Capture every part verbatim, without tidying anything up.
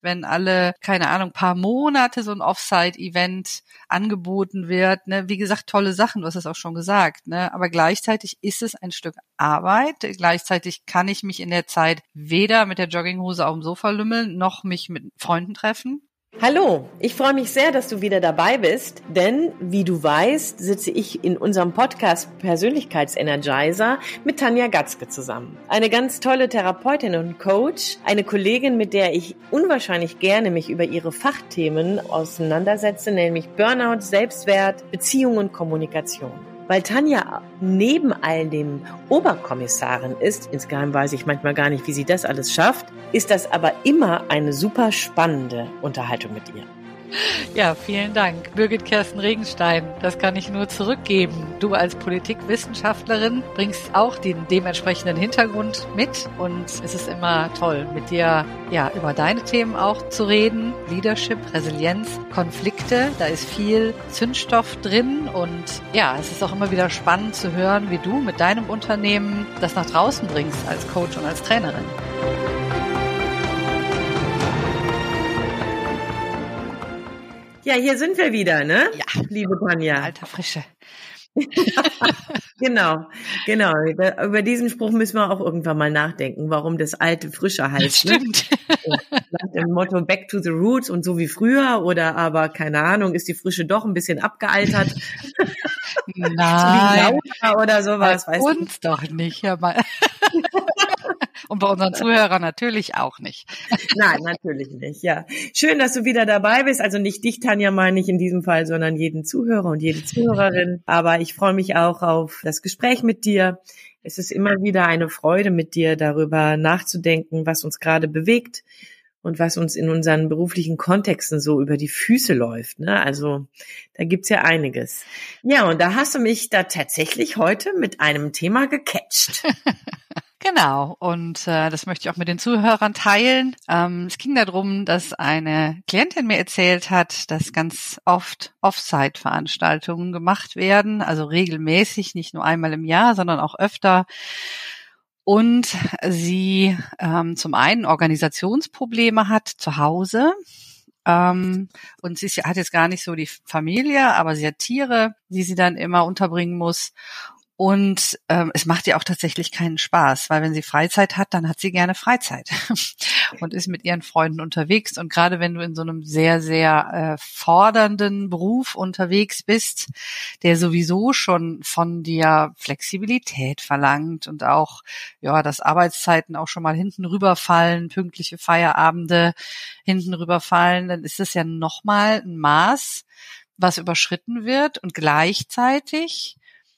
wenn alle, keine Ahnung, paar Monate so ein Offsite-Event angeboten wird, ne? Wie gesagt, tolle Sachen, du hast es auch schon gesagt, ne? Aber gleichzeitig ist es ein Stück Arbeit. Gleichzeitig kann ich mich in der Zeit weder mit der Jogginghose auf dem Sofa lümmeln, noch mich mit Freunden treffen. Hallo, ich freue mich sehr, dass du wieder dabei bist, denn wie du weißt, sitze ich in unserem Podcast Persönlichkeitsenergizer mit Tanja Gatzke zusammen. Eine ganz tolle Therapeutin und Coach, eine Kollegin, mit der ich unwahrscheinlich gerne mich über ihre Fachthemen auseinandersetze, nämlich Burnout, Selbstwert, Beziehung und Kommunikation. Weil Tanja neben all dem Oberkommissarin ist, insgeheim weiß ich manchmal gar nicht, wie sie das alles schafft, ist das aber immer eine super spannende Unterhaltung mit ihr. Ja, vielen Dank. Birgit Kersten Regenstein, das kann ich nur zurückgeben. Du als Politikwissenschaftlerin bringst auch den dementsprechenden Hintergrund mit und es ist immer toll, mit dir ja über deine Themen auch zu reden. Leadership, Resilienz, Konflikte, da ist viel Zündstoff drin und ja, es ist auch immer wieder spannend zu hören, wie du mit deinem Unternehmen das nach draußen bringst als Coach und als Trainerin. Ja, hier sind wir wieder, ne? Ja, liebe Tanja. Alter Frische. Genau, genau. Über diesen Spruch müssen wir auch irgendwann mal nachdenken, warum das alte Frische heißt. Stimmt. Ne? Nach dem Motto Back to the Roots und so wie früher oder aber, keine Ahnung, ist die Frische doch ein bisschen abgealtert? Nein. So wie oder sowas. Bei uns du? Doch nicht, ja mal. Und bei unseren Zuhörern natürlich auch nicht. Nein, natürlich nicht, ja. Schön, dass du wieder dabei bist. Also nicht dich, Tanja, meine ich in diesem Fall, sondern jeden Zuhörer und jede Zuhörerin. Aber ich freue mich auch auf das Gespräch mit dir. Es ist immer wieder eine Freude, mit dir darüber nachzudenken, was uns gerade bewegt und was uns in unseren beruflichen Kontexten so über die Füße läuft. Ne? Also da gibt's ja einiges. Ja, und da hast du mich da tatsächlich heute mit einem Thema gecatcht. Genau, und äh, das möchte ich auch mit den Zuhörern teilen. Ähm, es ging darum, dass eine Klientin mir erzählt hat, dass ganz oft Off-Site-Veranstaltungen gemacht werden, also regelmäßig, nicht nur einmal im Jahr, sondern auch öfter. Und sie ähm, zum einen Organisationsprobleme hat zu Hause. Ähm, und sie hat jetzt gar nicht so die Familie, aber sie hat Tiere, die sie dann immer unterbringen muss. Und ähm, es macht ihr auch tatsächlich keinen Spaß, weil wenn sie Freizeit hat, dann hat sie gerne Freizeit und ist mit ihren Freunden unterwegs. Und gerade wenn du in so einem sehr, sehr äh, fordernden Beruf unterwegs bist, der sowieso schon von dir Flexibilität verlangt und auch, ja, dass Arbeitszeiten auch schon mal hinten rüberfallen, pünktliche Feierabende hinten rüberfallen, dann ist das ja nochmal ein Maß, was überschritten wird und gleichzeitig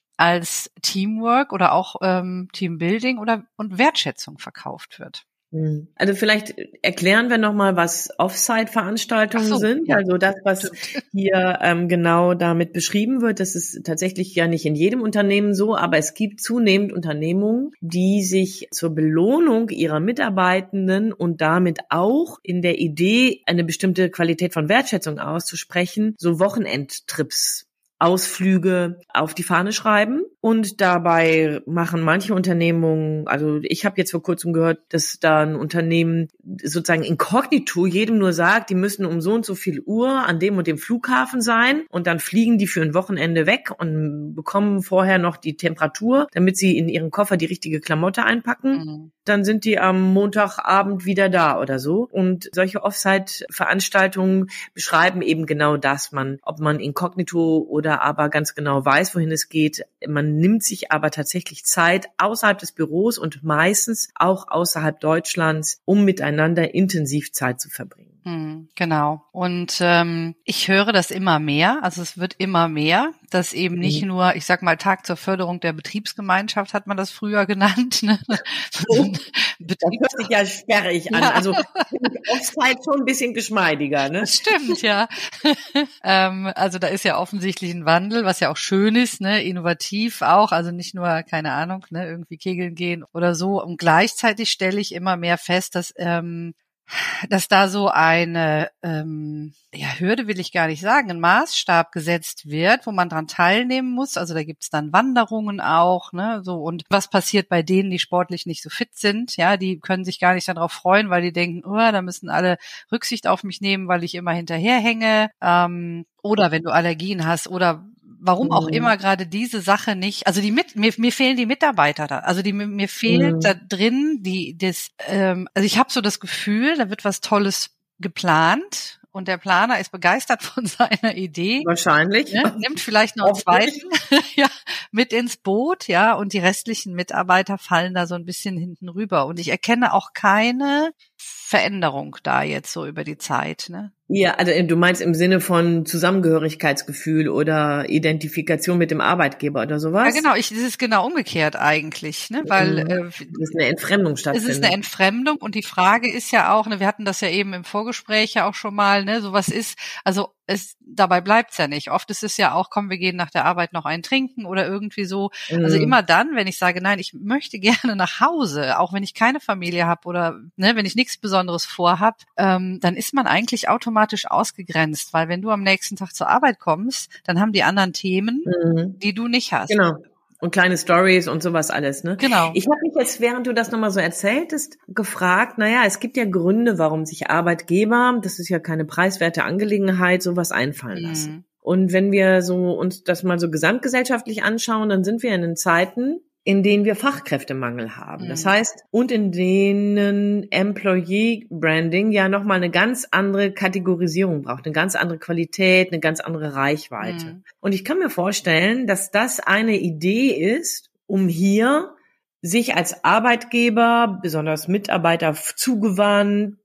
als Teamwork oder auch ähm, Teambuilding oder und Wertschätzung verkauft wird. Also vielleicht erklären wir nochmal, was Offsite-Veranstaltungen so, sind. Ja. Also das, was hier ähm, genau damit beschrieben wird, das ist tatsächlich ja nicht in jedem Unternehmen so, aber es gibt zunehmend Unternehmungen, die sich zur Belohnung ihrer Mitarbeitenden und damit auch in der Idee, eine bestimmte Qualität von Wertschätzung auszusprechen, so Wochenendtrips Ausflüge auf die Fahne schreiben und dabei machen manche Unternehmungen, also ich habe jetzt vor kurzem gehört, dass da ein Unternehmen sozusagen inkognito jedem nur sagt, die müssen um so und so viel Uhr an dem und dem Flughafen sein und dann fliegen die für ein Wochenende weg und bekommen vorher noch die Temperatur, damit sie in ihren Koffer die richtige Klamotte einpacken. Mhm. Dann sind die am Montagabend wieder da oder so. Und solche Offsite-Veranstaltungen beschreiben eben genau das, man, ob man inkognito oder aber ganz genau weiß, wohin es geht. Man nimmt sich aber tatsächlich Zeit außerhalb des Büros und meistens auch außerhalb Deutschlands, um miteinander intensiv Zeit zu verbringen. Hm, genau. Und ähm, ich höre das immer mehr, also es wird immer mehr, dass eben nicht mhm. nur, ich sag mal, Tag zur Förderung der Betriebsgemeinschaft hat man das früher genannt. Ne? Oh, das hört sich ja sperrig an. Ja. Also Offsite schon ein bisschen geschmeidiger, ne? Das stimmt, ja. ähm, also da ist ja offensichtlich ein Wandel, was ja auch schön ist, ne, innovativ auch, also nicht nur, keine Ahnung, ne, irgendwie kegeln gehen oder so. Und gleichzeitig stelle ich immer mehr fest, dass ähm, dass da so eine ähm, ja, Hürde will ich gar nicht sagen, ein Maßstab gesetzt wird, wo man dran teilnehmen muss. Also da gibt's dann Wanderungen auch, ne, so. Und was passiert bei denen, die sportlich nicht so fit sind? Ja, die können sich gar nicht darauf freuen, weil die denken, oh, da müssen alle Rücksicht auf mich nehmen, weil ich immer hinterherhänge. Ähm, oder wenn du Allergien hast oder warum auch Mhm. immer gerade diese Sache nicht, also die mit mir, mir fehlen die Mitarbeiter da, also die mir fehlt Mhm. da drin, die das, ähm, also ich habe so das Gefühl, da wird was Tolles geplant und der Planer ist begeistert von seiner Idee. Wahrscheinlich. Ne, nimmt vielleicht noch einen zweiten ja, mit ins Boot, ja, und die restlichen Mitarbeiter fallen da so ein bisschen hinten rüber. Und ich erkenne auch keine Veränderung da jetzt so über die Zeit, ne? Ja, also du meinst im Sinne von Zusammengehörigkeitsgefühl oder Identifikation mit dem Arbeitgeber oder sowas? Ja, genau, ich, das ist genau umgekehrt eigentlich, ne, weil Mhm. äh, Das ist eine Entfremdung es stattfindet. ist eine Entfremdung und die Frage ist ja auch, ne, wir hatten das ja eben im Vorgespräch ja auch schon mal, ne, sowas ist, also es, dabei bleibt's ja nicht. Oft ist es ja auch, komm, wir gehen nach der Arbeit noch einen trinken oder irgendwie so. Mhm. Also immer dann, wenn ich sage, nein, ich möchte gerne nach Hause, auch wenn ich keine Familie habe oder ne, wenn ich nichts Besonderes vorhab, ähm, dann ist man eigentlich automatisch ausgegrenzt, weil wenn du am nächsten Tag zur Arbeit kommst, dann haben die anderen Themen, Mhm. die du nicht hast. Genau. Und kleine Stories und sowas alles, ne? Genau. Ich habe mich jetzt, während du das nochmal so erzähltest, gefragt, naja, es gibt ja Gründe, warum sich Arbeitgeber, das ist ja keine preiswerte Angelegenheit, sowas einfallen lassen. Mhm. Und wenn wir so uns das mal so gesamtgesellschaftlich anschauen, dann sind wir in den Zeiten, in denen wir Fachkräftemangel haben. Mhm. Das heißt, und in denen Employee Branding ja nochmal eine ganz andere Kategorisierung braucht, eine ganz andere Qualität, eine ganz andere Reichweite. Mhm. Und ich kann mir vorstellen, dass das eine Idee ist, um hier sich als Arbeitgeber, besonders Mitarbeiter zugewandt,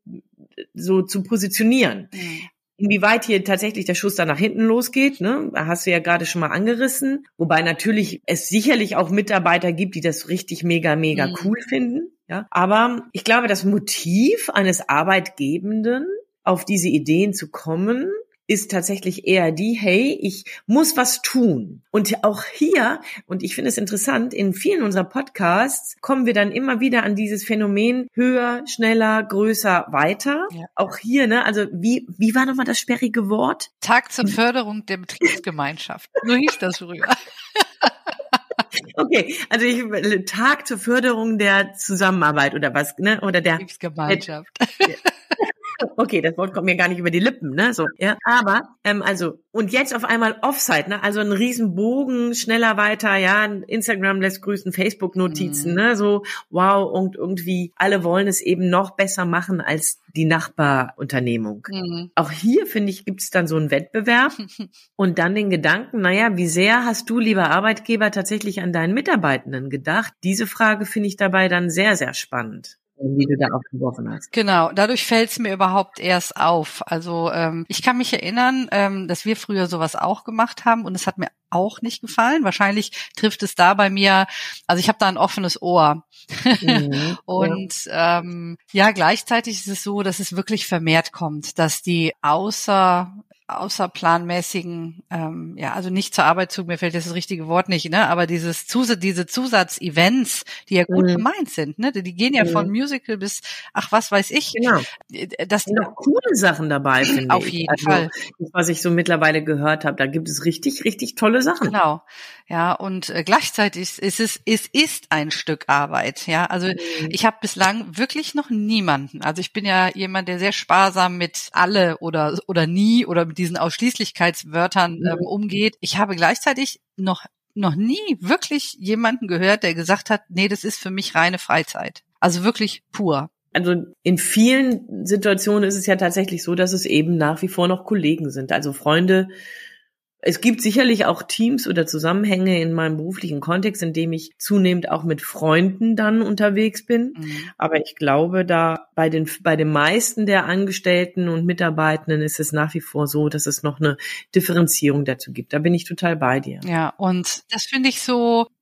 so zu positionieren. Mhm. Inwieweit hier tatsächlich der Schuss dann nach hinten losgeht, ne, hast du ja gerade schon mal angerissen. Wobei natürlich es sicherlich auch Mitarbeiter gibt, die das richtig mega, mega Mhm. cool finden. Ja, aber ich glaube, das Motiv eines Arbeitgebenden, auf diese Ideen zu kommen, ist tatsächlich eher die, hey, ich muss was tun. Und auch hier, und ich finde es interessant, in vielen unserer Podcasts kommen wir dann immer wieder an dieses Phänomen höher, schneller, größer, weiter. Ja. Auch hier, ne, also wie, wie war nochmal das sperrige Wort? Tag zur Förderung der Betriebsgemeinschaft. So hieß das früher. Okay, also ich, Tag zur Förderung der Zusammenarbeit oder was, ne, oder der Betriebsgemeinschaft. Okay, das Wort kommt mir gar nicht über die Lippen, ne, so, ja. Aber, ähm, also, und jetzt auf einmal Offside, ne, also ein Riesenbogen, schneller weiter, ja, Instagram lässt grüßen, Facebook-Notizen, Mhm. ne, so, wow, und irgendwie, alle wollen es eben noch besser machen als die Nachbarunternehmung. Mhm. Auch hier, finde ich, gibt es dann so einen Wettbewerb und dann den Gedanken, naja, wie sehr hast du, lieber Arbeitgeber, tatsächlich an deinen Mitarbeitenden gedacht? Diese Frage finde ich dabei dann sehr, sehr spannend, wie du da aufgeworfen hast. Genau, dadurch fällt es mir überhaupt erst auf. Also ähm, ich kann mich erinnern, ähm, dass wir früher sowas auch gemacht haben und es hat mir auch nicht gefallen. Wahrscheinlich trifft es da bei mir, also ich habe da ein offenes Ohr. Mhm, und ja. Ähm, ja, gleichzeitig ist es so, dass es wirklich vermehrt kommt, dass die außer außerplanmäßigen, ähm, ja, also nicht zur Arbeit zu, mir fällt jetzt das richtige Wort nicht, ne, aber dieses Zus- diese Zusatz-Events, die ja gut Mhm. gemeint sind, ne, die gehen ja Mhm. von Musical bis, ach, was weiß ich. Genau. Das sind auch coole Sachen dabei, finde auf ich. jeden also, Fall. Das, was ich so mittlerweile gehört habe, da gibt es richtig, richtig tolle Sachen. Genau. Ja, und äh, gleichzeitig ist es, es ist ein Stück Arbeit, ja. Also Mhm. ich habe bislang wirklich noch niemanden. Also ich bin ja jemand, der sehr sparsam mit alle oder oder nie oder mit diesen Ausschließlichkeitswörtern Mhm. ähm, umgeht. Ich habe gleichzeitig noch noch nie wirklich jemanden gehört, der gesagt hat, nee, das ist für mich reine Freizeit. Also wirklich pur. Also in vielen Situationen ist es ja tatsächlich so, dass es eben nach wie vor noch Kollegen sind, also Freunde. Es gibt sicherlich auch Teams oder Zusammenhänge in meinem beruflichen Kontext, in dem ich zunehmend auch mit Freunden dann unterwegs bin. Mhm. Aber ich glaube, da bei den, bei den meisten der Angestellten und Mitarbeitenden ist es nach wie vor so, dass es noch eine Differenzierung dazu gibt. Da bin ich total bei dir. Ja, und das finde ich so,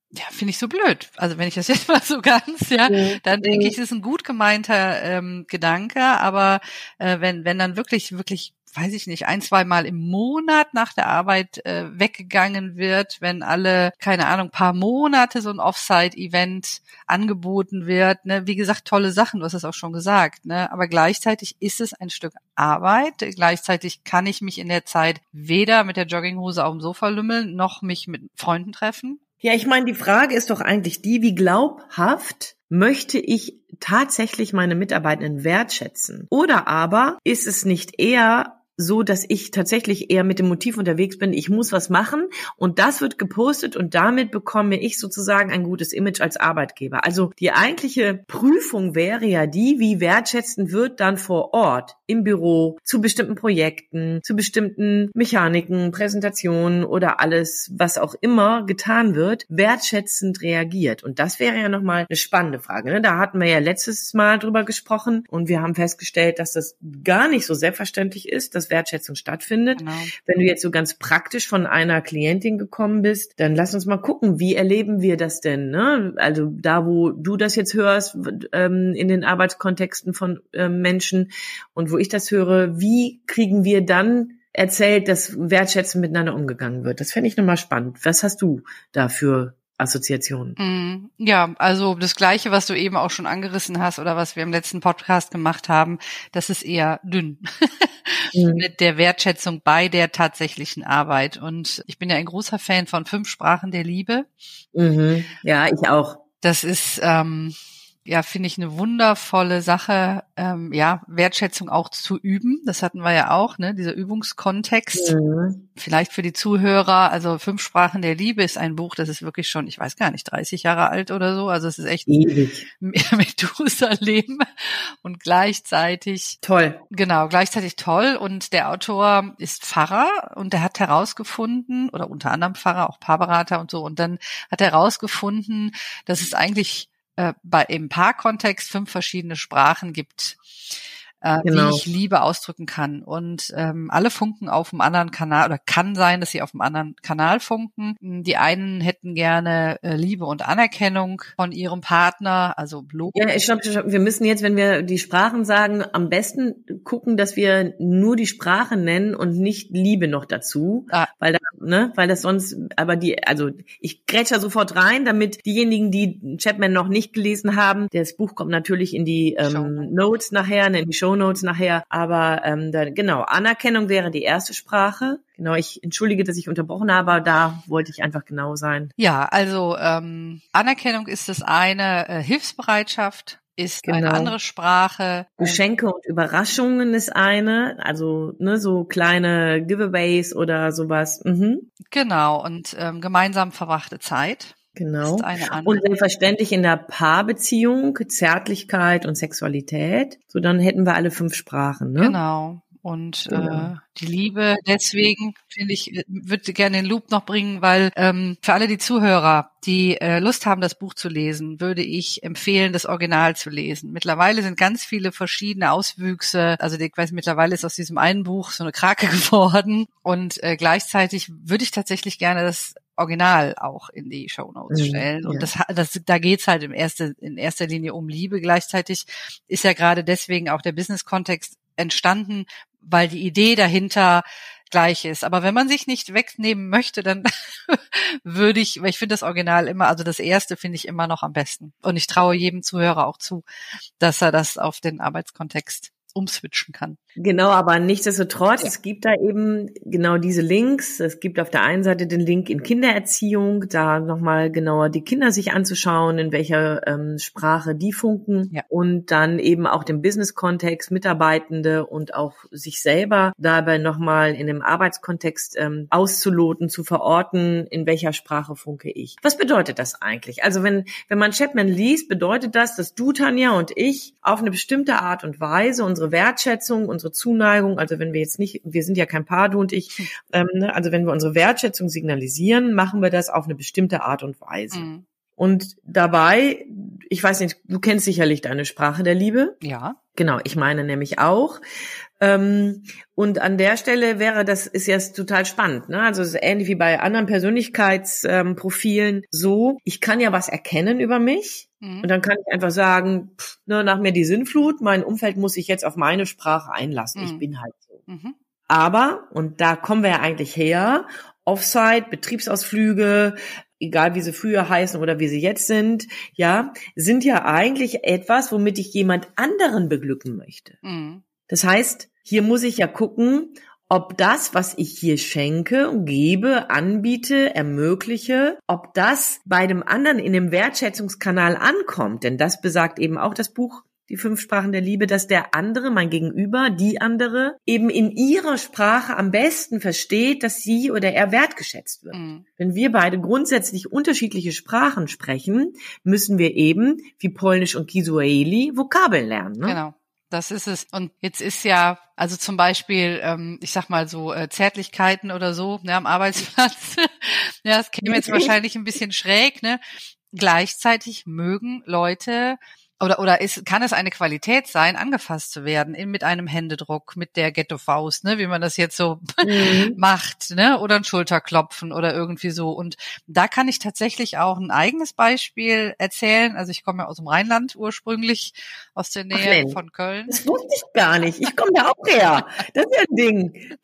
ja, finde ich so blöd. Also wenn ich das jetzt mal so ganz, ja, mhm. dann denke ich, es ist ein gut gemeinter ähm, Gedanke, aber äh, wenn wenn dann wirklich, wirklich, weiß ich nicht, ein, zwei Mal im Monat nach der Arbeit äh, weggegangen wird, wenn alle, keine Ahnung, paar Monate so ein Offsite-Event angeboten wird, ne, wie gesagt, tolle Sachen, du hast es auch schon gesagt, ne, aber gleichzeitig ist es ein Stück Arbeit, gleichzeitig kann ich mich in der Zeit weder mit der Jogginghose auf dem Sofa lümmeln, noch mich mit Freunden treffen. Ja, ich meine, die Frage ist doch eigentlich die, wie glaubhaft möchte ich tatsächlich meine Mitarbeitenden wertschätzen? Oder aber ist es nicht eher so, dass ich tatsächlich eher mit dem Motiv unterwegs bin, ich muss was machen und das wird gepostet und damit bekomme ich sozusagen ein gutes Image als Arbeitgeber. Also die eigentliche Prüfung wäre ja die, wie wertschätzend wird dann vor Ort im Büro zu bestimmten Projekten, zu bestimmten Mechaniken, Präsentationen oder alles, was auch immer getan wird, wertschätzend reagiert. Und das wäre ja nochmal eine spannende Frage. Ne? Da hatten wir ja letztes Mal drüber gesprochen und wir haben festgestellt, dass das gar nicht so selbstverständlich ist, dass Wertschätzung stattfindet. Genau. Wenn du jetzt so ganz praktisch von einer Klientin gekommen bist, dann lass uns mal gucken, wie erleben wir das denn? Ne? Also da, wo du das jetzt hörst, ähm, in den Arbeitskontexten von ähm, Menschen und wo ich das höre, wie kriegen wir dann erzählt, dass wertschätzend miteinander umgegangen wird? Das fände ich nochmal spannend. Was hast du da für Assoziationen? Ja, also das Gleiche, was du eben auch schon angerissen hast oder was wir im letzten Podcast gemacht haben, das ist eher dünn mhm. mit der Wertschätzung bei der tatsächlichen Arbeit. Und ich bin ja ein großer Fan von fünf Sprachen der Liebe. Mhm. Ja, ich auch. Das ist ähm, ja, finde ich eine wundervolle Sache, ähm, ja, Wertschätzung auch zu üben. Das hatten wir ja auch, ne, dieser Übungskontext. Mhm. Vielleicht für die Zuhörer, also Fünf Sprachen der Liebe ist ein Buch, das ist wirklich schon, ich weiß gar nicht, dreißig Jahre alt oder so. Also es ist echt ewig. Methusalem und gleichzeitig toll. Genau, gleichzeitig toll. Und der Autor ist Pfarrer und der hat herausgefunden, oder unter anderem Pfarrer, auch Paarberater und so, und dann hat er herausgefunden, dass es eigentlich äh, bei im Paarkontext fünf verschiedene Sprachen gibt, äh, genau. wie ich Liebe ausdrücken kann. Und ähm, alle funken auf dem anderen Kanal, oder kann sein, dass sie auf dem anderen Kanal funken. Die einen hätten gerne äh, Liebe und Anerkennung von ihrem Partner, also Lob. Ja, ich glaube, wir müssen jetzt, wenn wir die Sprachen sagen, am besten gucken, dass wir nur die Sprache nennen und nicht Liebe noch dazu, ah. weil da, ne, weil das sonst, aber die, also ich grätsch da sofort rein, damit diejenigen, die Chapman noch nicht gelesen haben, das Buch kommt natürlich in die ähm, Notes nachher, in die Show Notes nachher, aber ähm, da, genau, Anerkennung wäre die erste Sprache. Genau, ich entschuldige, dass ich unterbrochen habe, aber da wollte ich einfach genau sein. Ja, also ähm, Anerkennung ist das eine, äh, Hilfsbereitschaft ist genau. eine andere Sprache. Geschenke und Überraschungen ist eine, also ne, so kleine Giveaways oder sowas. Mhm. Genau, und ähm, gemeinsam verbrachte Zeit. Genau. Und selbstverständlich in der Paarbeziehung Zärtlichkeit und Sexualität. So, dann hätten wir alle fünf Sprachen, ne? Genau. Und genau. äh, die Liebe, deswegen finde ich, würde gerne den Loop noch bringen, weil ähm, für alle die Zuhörer, die äh, Lust haben, das Buch zu lesen, würde ich empfehlen, das Original zu lesen. Mittlerweile sind ganz viele verschiedene Auswüchse, also ich weiß, mittlerweile ist aus diesem einen Buch so eine Krake geworden und äh, gleichzeitig würde ich tatsächlich gerne das Original auch in die Shownotes stellen. Mhm, und ja. das, das, da geht's halt im erste, in erster Linie um Liebe. Gleichzeitig ist ja gerade deswegen auch der Business-Kontext entstanden, weil die Idee dahinter gleich ist. Aber wenn man sich nicht wegnehmen möchte, dann würde ich, weil ich finde das Original immer, also das erste finde ich immer noch am besten. Und ich traue jedem Zuhörer auch zu, dass er das auf den Arbeitskontext umswitchen kann. Genau, aber nichtsdestotrotz, ja. es gibt da eben genau diese Links. Es gibt auf der einen Seite den Link in Kindererziehung, da nochmal genauer die Kinder sich anzuschauen, in welcher ähm, Sprache die funken ja. und dann eben auch den Business-Kontext, Mitarbeitende und auch sich selber dabei nochmal in dem Arbeitskontext ähm, auszuloten, zu verorten, in welcher Sprache funke ich. Was bedeutet das eigentlich? Also wenn wenn man Chapman liest, bedeutet das, dass du, Tanja, und ich auf eine bestimmte Art und Weise unsere Wertschätzung, unsere Zuneigung, also wenn wir jetzt nicht, wir sind ja kein Paar, du und ich, ähm, ne, also wenn wir unsere Wertschätzung signalisieren, machen wir das auf eine bestimmte Art und Weise. Mhm. Und dabei, ich weiß nicht, du kennst sicherlich deine Sprache der Liebe. Ja. Genau, ich meine nämlich auch. Ähm, und an der Stelle wäre, das ist jetzt total spannend, ne? Also es ist ähnlich wie bei anderen Persönlichkeitsprofilen ähm, so, ich kann ja was erkennen über mich mhm. und dann kann ich einfach sagen, pff, ne, nach mir die Sinnflut, mein Umfeld muss sich jetzt auf meine Sprache einlassen, mhm. ich bin halt so. Mhm. Aber, und da kommen wir ja eigentlich her, Offsite, Betriebsausflüge, egal wie sie früher heißen oder wie sie jetzt sind, ja, sind ja eigentlich etwas, womit ich jemand anderen beglücken möchte. Mhm. Das heißt, hier muss ich ja gucken, ob das, was ich hier schenke und gebe, anbiete, ermögliche, ob das bei dem anderen in dem Wertschätzungskanal ankommt. Denn das besagt eben auch das Buch Die fünf Sprachen der Liebe, dass der andere, mein Gegenüber, die andere, eben in ihrer Sprache am besten versteht, dass sie oder er wertgeschätzt wird. Mhm. Wenn wir beide grundsätzlich unterschiedliche Sprachen sprechen, müssen wir eben, wie Polnisch und Kiswahili, Vokabeln lernen. Ne? Genau. Das ist es. Und jetzt ist ja, also zum Beispiel, ähm, ich sag mal so äh, Zärtlichkeiten oder so, ne, am Arbeitsplatz. Ja, das käme jetzt wahrscheinlich ein bisschen schräg, ne? Gleichzeitig mögen Leute oder oder ist kann es eine Qualität sein, angefasst zu werden in, mit einem Händedruck, mit der Ghetto-Faust, ne, wie man das jetzt so mhm. macht, ne, oder ein Schulterklopfen oder irgendwie so. Und da kann ich tatsächlich auch ein eigenes Beispiel erzählen. Also ich komme ja aus dem Rheinland ursprünglich, aus der Nähe Ach, von Köln. Das wusste ich gar nicht. Ich komme da auch her. Das ist ja ein Ding.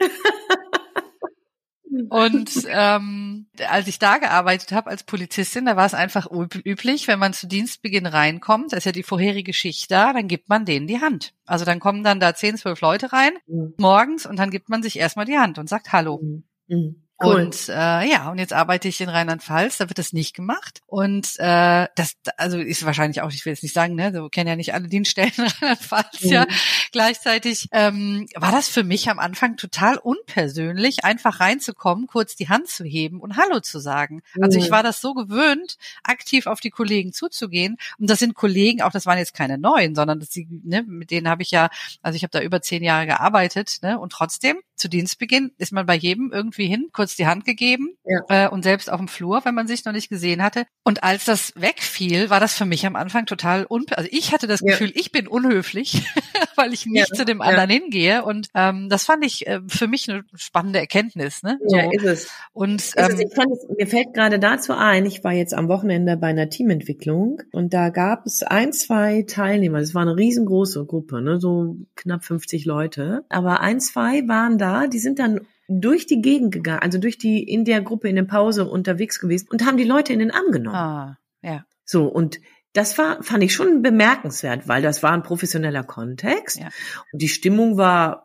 Und ähm, als ich da gearbeitet habe als Polizistin, da war es einfach üblich, wenn man zu Dienstbeginn reinkommt, da ist ja die vorherige Schicht da, dann gibt man denen die Hand. Also dann kommen dann da zehn, zwölf Leute rein mhm. morgens und dann gibt man sich erstmal die Hand und sagt Hallo. Mhm. Mhm. Cool. Und äh, ja, und jetzt arbeite ich in Rheinland-Pfalz, da wird das nicht gemacht. Und äh, das, also ist wahrscheinlich auch, ich will jetzt nicht sagen, ne, so kennen ja nicht alle Dienststellen in Rheinland-Pfalz, mhm. ja. Gleichzeitig ähm, war das für mich am Anfang total unpersönlich, einfach reinzukommen, kurz die Hand zu heben und Hallo zu sagen. Mhm. Also ich war das so gewöhnt, aktiv auf die Kollegen zuzugehen. Und das sind Kollegen, auch das waren jetzt keine neuen, sondern das, ne, mit denen habe ich ja, also ich habe da über zehn Jahre gearbeitet, ne, und trotzdem zu Dienstbeginn ist man bei jedem irgendwie hin, kurz die Hand gegeben ja. äh, und selbst auf dem Flur, wenn man sich noch nicht gesehen hatte. Und als das wegfiel, war das für mich am Anfang total unpö- also ich hatte das ja. Gefühl, ich bin unhöflich, weil ich nicht ja. zu dem anderen ja. hingehe. Und ähm, das fand ich äh, für mich eine spannende Erkenntnis. Ne? So. Ja, ist es. Und ist ähm, es. Ich fand es, mir fällt gerade dazu ein, ich war jetzt am Wochenende bei einer Teamentwicklung und da gab es ein, zwei Teilnehmer. Das war eine riesengroße Gruppe, ne, so knapp fünfzig Leute. Aber ein, zwei waren da, die sind dann durch die Gegend gegangen, also durch die, in der Gruppe in der Pause unterwegs gewesen und haben die Leute in den Arm genommen. Ah, ja. So, und das war, fand ich schon bemerkenswert, weil das war ein professioneller Kontext ja. und die Stimmung war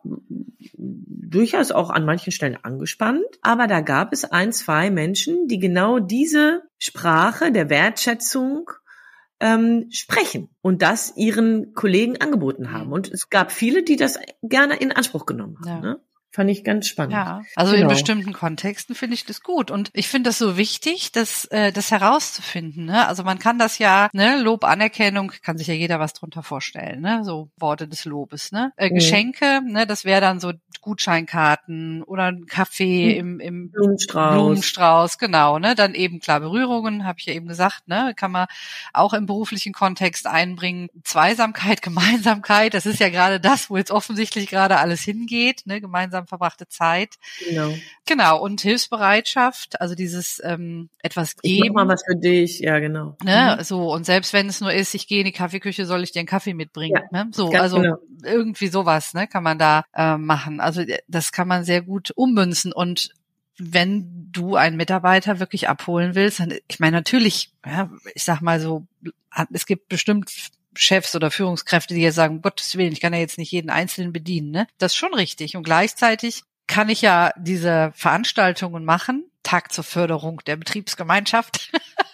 durchaus auch an manchen Stellen angespannt, aber da gab es ein, zwei Menschen, die genau diese Sprache der Wertschätzung ähm, sprechen und das ihren Kollegen angeboten haben. Und es gab viele, die das gerne in Anspruch genommen haben. Ja. Ne? Fand ich ganz spannend. Ja, also genau. In bestimmten Kontexten finde ich das gut. Und ich finde das so wichtig, das, äh, das herauszufinden. Ne? Also man kann das ja, ne, Lob, Anerkennung, kann sich ja jeder was drunter vorstellen, ne? So Worte des Lobes. Ne? Äh, mhm. Geschenke, ne, das wäre dann so Gutscheinkarten oder ein Kaffee mhm. im, im Blumenstrauß. Blumenstrauß, genau. Ne? Dann eben klar Berührungen, habe ich ja eben gesagt, ne, kann man auch im beruflichen Kontext einbringen. Zweisamkeit, Gemeinsamkeit, das ist ja gerade das, wo jetzt offensichtlich gerade alles hingeht, ne, gemeinsam verbrachte Zeit. Genau. Genau, und Hilfsbereitschaft, also dieses ähm, etwas geben. Ich mach mal was für dich, ja genau. Ne, mhm. so, und selbst wenn es nur ist, ich gehe in die Kaffeeküche, soll ich dir einen Kaffee mitbringen. Ja, ne? So, ganz also genau. irgendwie sowas, ne, kann man da äh, machen. Also das kann man sehr gut ummünzen. Und wenn du einen Mitarbeiter wirklich abholen willst, dann, ich meine natürlich, ja, ich sag mal so, es gibt bestimmt Chefs oder Führungskräfte, die jetzt sagen, um Gottes Willen, ich kann ja jetzt nicht jeden Einzelnen bedienen, ne? Das ist schon richtig. Und gleichzeitig kann ich ja diese Veranstaltungen machen, Tag zur Förderung der Betriebsgemeinschaft.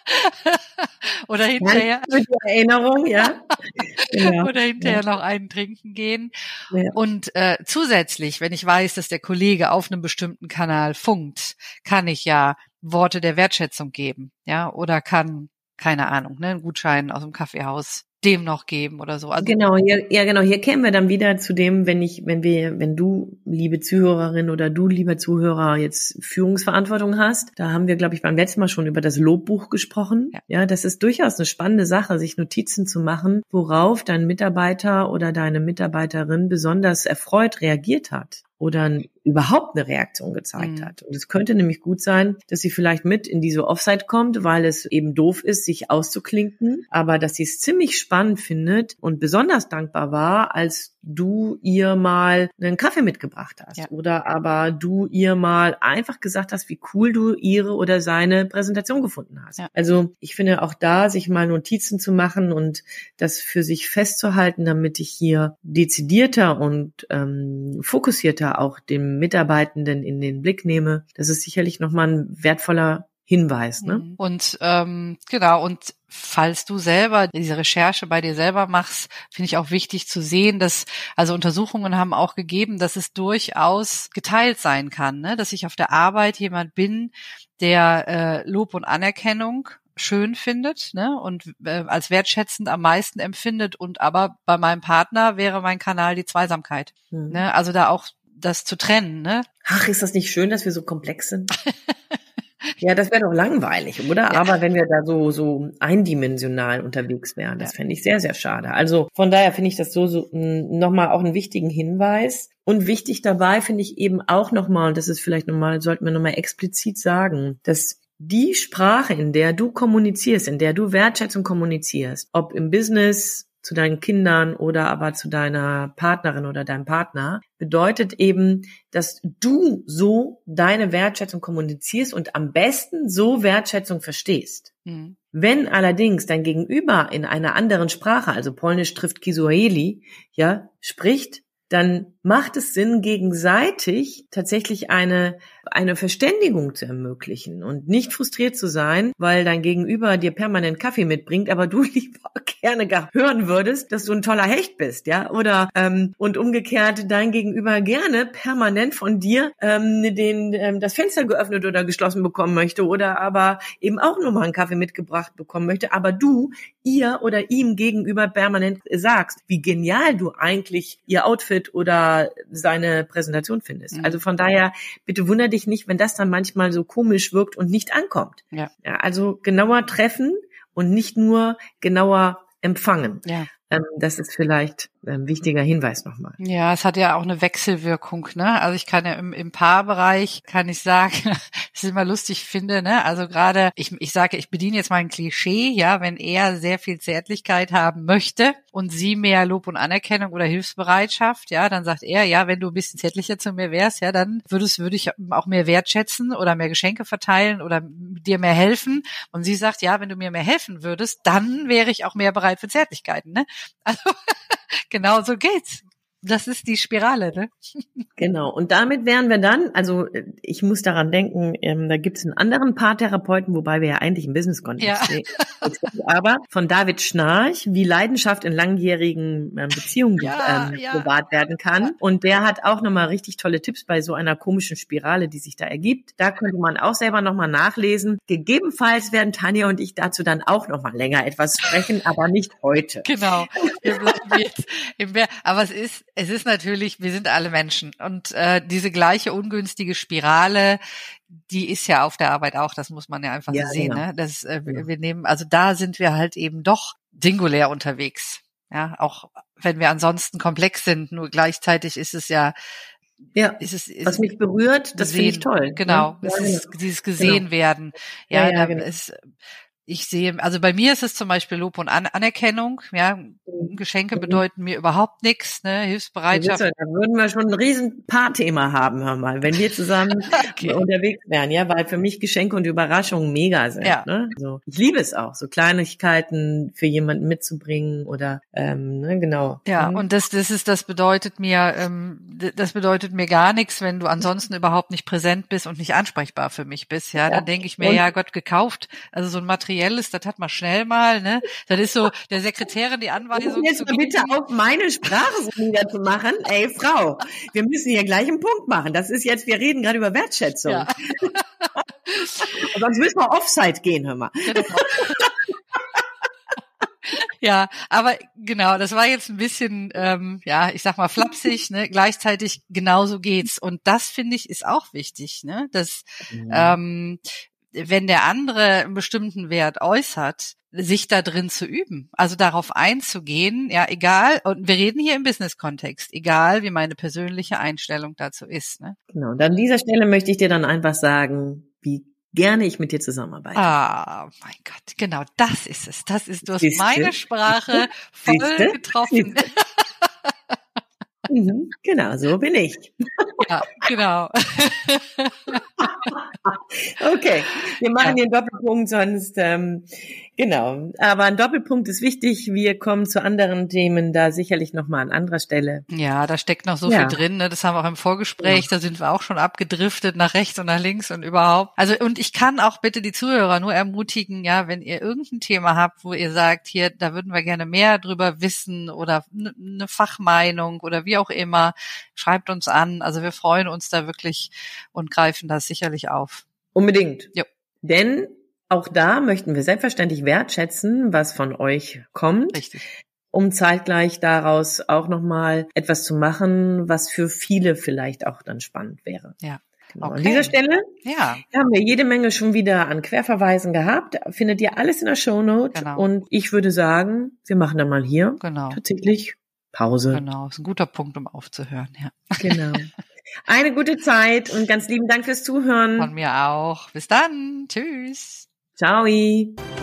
Oder hinterher. Für die Erinnerung, ja. ja. Oder hinterher ja. noch einen trinken gehen. Ja. Und äh, zusätzlich, wenn ich weiß, dass der Kollege auf einem bestimmten Kanal funkt, kann ich ja Worte der Wertschätzung geben, ja, oder kann, keine Ahnung, ne, einen Gutschein aus dem Kaffeehaus dem noch geben oder so. Also genau, hier, ja genau, hier kämen wir dann wieder zu dem, wenn ich, wenn wir, wenn du, liebe Zuhörerin oder du, lieber Zuhörer, jetzt Führungsverantwortung hast, da haben wir, glaube ich, beim letzten Mal schon über das Lobbuch gesprochen. Ja. ja, das ist durchaus eine spannende Sache, sich Notizen zu machen, worauf dein Mitarbeiter oder deine Mitarbeiterin besonders erfreut reagiert hat oder überhaupt eine Reaktion gezeigt mhm. hat. Und es könnte nämlich gut sein, dass sie vielleicht mit in diese Offsite kommt, weil es eben doof ist, sich auszuklinken, aber dass sie es ziemlich spannend findet und besonders dankbar war, als du ihr mal einen Kaffee mitgebracht hast ja. oder aber du ihr mal einfach gesagt hast, wie cool du ihre oder seine Präsentation gefunden hast. Ja. Also ich finde auch da, sich mal Notizen zu machen und das für sich festzuhalten, damit ich hier dezidierter und ähm, fokussierter auch dem Mitarbeitenden in den Blick nehme, das ist sicherlich nochmal ein wertvoller Hinweis, ne? Und ähm, genau, und falls du selber diese Recherche bei dir selber machst, finde ich auch wichtig zu sehen, dass, also Untersuchungen haben auch gegeben, dass es durchaus geteilt sein kann, ne? Dass ich auf der Arbeit jemand bin, der äh, Lob und Anerkennung schön findet, ne, und äh, als wertschätzend am meisten empfindet, und aber bei meinem Partner wäre mein Kanal die Zweisamkeit, mhm. ne? Also da auch das zu trennen, ne? Ach, ist das nicht schön, dass wir so komplex sind? Ja, das wäre doch langweilig, oder? Ja. Aber wenn wir da so so eindimensional unterwegs wären, das ja. fände ich sehr, sehr schade. Also von daher finde ich das so, so nochmal auch einen wichtigen Hinweis. Und wichtig dabei finde ich eben auch nochmal, und das ist vielleicht nochmal, sollten wir nochmal explizit sagen, dass die Sprache, in der du kommunizierst, in der du Wertschätzung kommunizierst, ob im Business, zu deinen Kindern oder aber zu deiner Partnerin oder deinem Partner, bedeutet eben, dass du so deine Wertschätzung kommunizierst und am besten so Wertschätzung verstehst. Mhm. Wenn allerdings dein Gegenüber in einer anderen Sprache, also Polnisch trifft Kiswahili, ja, spricht, dann macht es Sinn, gegenseitig tatsächlich eine eine Verständigung zu ermöglichen und nicht frustriert zu sein, weil dein Gegenüber dir permanent Kaffee mitbringt, aber du lieber gerne hören würdest, dass du ein toller Hecht bist, ja, oder ähm, und umgekehrt dein Gegenüber gerne permanent von dir ähm, den ähm, das Fenster geöffnet oder geschlossen bekommen möchte oder aber eben auch nur mal einen Kaffee mitgebracht bekommen möchte, aber du ihr oder ihm gegenüber permanent sagst, wie genial du eigentlich ihr Outfit oder seine Präsentation findest. Mhm. Also von daher, bitte wundere dich nicht, wenn das dann manchmal so komisch wirkt und nicht ankommt. Ja. Ja, also genauer treffen und nicht nur genauer empfangen. Ja. Ähm, das ist vielleicht ein wichtiger Hinweis nochmal. Ja, es hat ja auch eine Wechselwirkung, ne? Also ich kann ja im, im Paarbereich, kann ich sagen, das ist immer lustig finde, ne? Also gerade, ich, ich sage, ich bediene jetzt mal ein Klischee, ja, wenn er sehr viel Zärtlichkeit haben möchte und sie mehr Lob und Anerkennung oder Hilfsbereitschaft, ja, dann sagt er, ja, wenn du ein bisschen zärtlicher zu mir wärst, ja, dann würdest, würde ich auch mehr wertschätzen oder mehr Geschenke verteilen oder dir mehr helfen. Und sie sagt, ja, wenn du mir mehr helfen würdest, dann wäre ich auch mehr bereit für Zärtlichkeiten, ne? Also genau so geht's. Das ist die Spirale, ne? Genau. Und damit wären wir dann, also ich muss daran denken, ähm, da gibt es einen anderen Paartherapeuten, wobei wir ja eigentlich im Business-Kontext ja. aber von David Schnarch, wie Leidenschaft in langjährigen ähm, Beziehungen ja, ähm, ja. bewahrt werden kann. Ja. Und der hat auch nochmal richtig tolle Tipps bei so einer komischen Spirale, die sich da ergibt. Da könnte man auch selber nochmal nachlesen. Gegebenenfalls werden Tanja und ich dazu dann auch nochmal länger etwas sprechen, aber nicht heute. Genau. Wir bleiben jetzt im Bär. Aber es ist Es ist natürlich, wir sind alle Menschen und äh, diese gleiche ungünstige Spirale, die ist ja auf der Arbeit auch, das muss man ja einfach ja, so sehen. Genau. Ne? Das, äh, wir, wir nehmen, also da sind wir halt eben doch singulär unterwegs. Ja, auch wenn wir ansonsten komplex sind, nur gleichzeitig ist es ja, ja, ist es, ist was mich berührt, das finde ich toll. Genau, ne? es ja, ist dieses gesehen genau. werden. Ja, ja, ja genau. ist, ich sehe, also bei mir ist es zum Beispiel Lob und An- Anerkennung, ja, Geschenke mhm. bedeuten mir überhaupt nichts, ne, Hilfsbereitschaft. Da würden wir schon ein riesen Paarthema haben, hör mal, wenn wir zusammen okay. unterwegs wären, ja, weil für mich Geschenke und Überraschungen mega sind, ja. ne, also ich liebe es auch, so Kleinigkeiten für jemanden mitzubringen oder, ähm, ne, genau. Ja, mhm. und das, das ist, das bedeutet mir, ähm, das bedeutet mir gar nichts, wenn du ansonsten überhaupt nicht präsent bist und nicht ansprechbar für mich bist, ja, ja. dann denke ich mir, und? ja, Gott gekauft, also so ein Material ist, das hat man schnell mal, ne? Das ist so der Sekretärin die Anweisung jetzt zu mal bitte auf meine Sprache so niederzumachen. Ey, Frau, wir müssen hier gleich einen Punkt machen. Das ist jetzt, wir reden gerade über Wertschätzung. Ja. Sonst müssen wir Offside gehen, hör mal. Genau. Ja, aber genau, das war jetzt ein bisschen, ähm, ja, ich sag mal flapsig, ne? Gleichzeitig genauso geht's. Und das, finde ich, ist auch wichtig, ne? Dass, mhm. ähm, wenn der andere einen bestimmten Wert äußert, sich da drin zu üben, also darauf einzugehen, ja, egal, und wir reden hier im Business-Kontext, egal wie meine persönliche Einstellung dazu ist, ne? Genau, und an dieser Stelle möchte ich dir dann einfach sagen, wie gerne ich mit dir zusammenarbeite. Ah, mein Gott, genau, das ist es, das ist, du hast Siehste? meine Sprache voll Siehste? getroffen. Siehste? Mhm, genau, so bin ich. Ja, genau. Okay, wir machen ja. hier einen Doppelpunkt, sonst, ähm, genau. Aber ein Doppelpunkt ist wichtig. Wir kommen zu anderen Themen, da sicherlich nochmal an anderer Stelle. Ja, da steckt noch so ja. viel drin, ne? Das haben wir auch im Vorgespräch, ja. Da sind wir auch schon abgedriftet nach rechts und nach links und überhaupt. Also, und ich kann auch bitte die Zuhörer nur ermutigen, ja, wenn ihr irgendein Thema habt, wo ihr sagt, hier, da würden wir gerne mehr drüber wissen oder eine Fachmeinung oder wie auch immer, schreibt uns an. Also wir freuen uns da wirklich und greifen das sicherlich auf. Unbedingt. Jo. Denn auch da möchten wir selbstverständlich wertschätzen, was von euch kommt. Richtig. Um zeitgleich daraus auch nochmal etwas zu machen, was für viele vielleicht auch dann spannend wäre. Ja. Genau. Okay. An dieser Stelle ja. haben wir jede Menge schon wieder an Querverweisen gehabt. Findet ihr alles in der Shownote. Genau. Und ich würde sagen, wir machen dann mal hier genau. tatsächlich Pause. Genau, ist ein guter Punkt, um aufzuhören. Ja. Genau. Eine gute Zeit und ganz lieben Dank fürs Zuhören. Von mir auch. Bis dann. Tschüss. Ciao.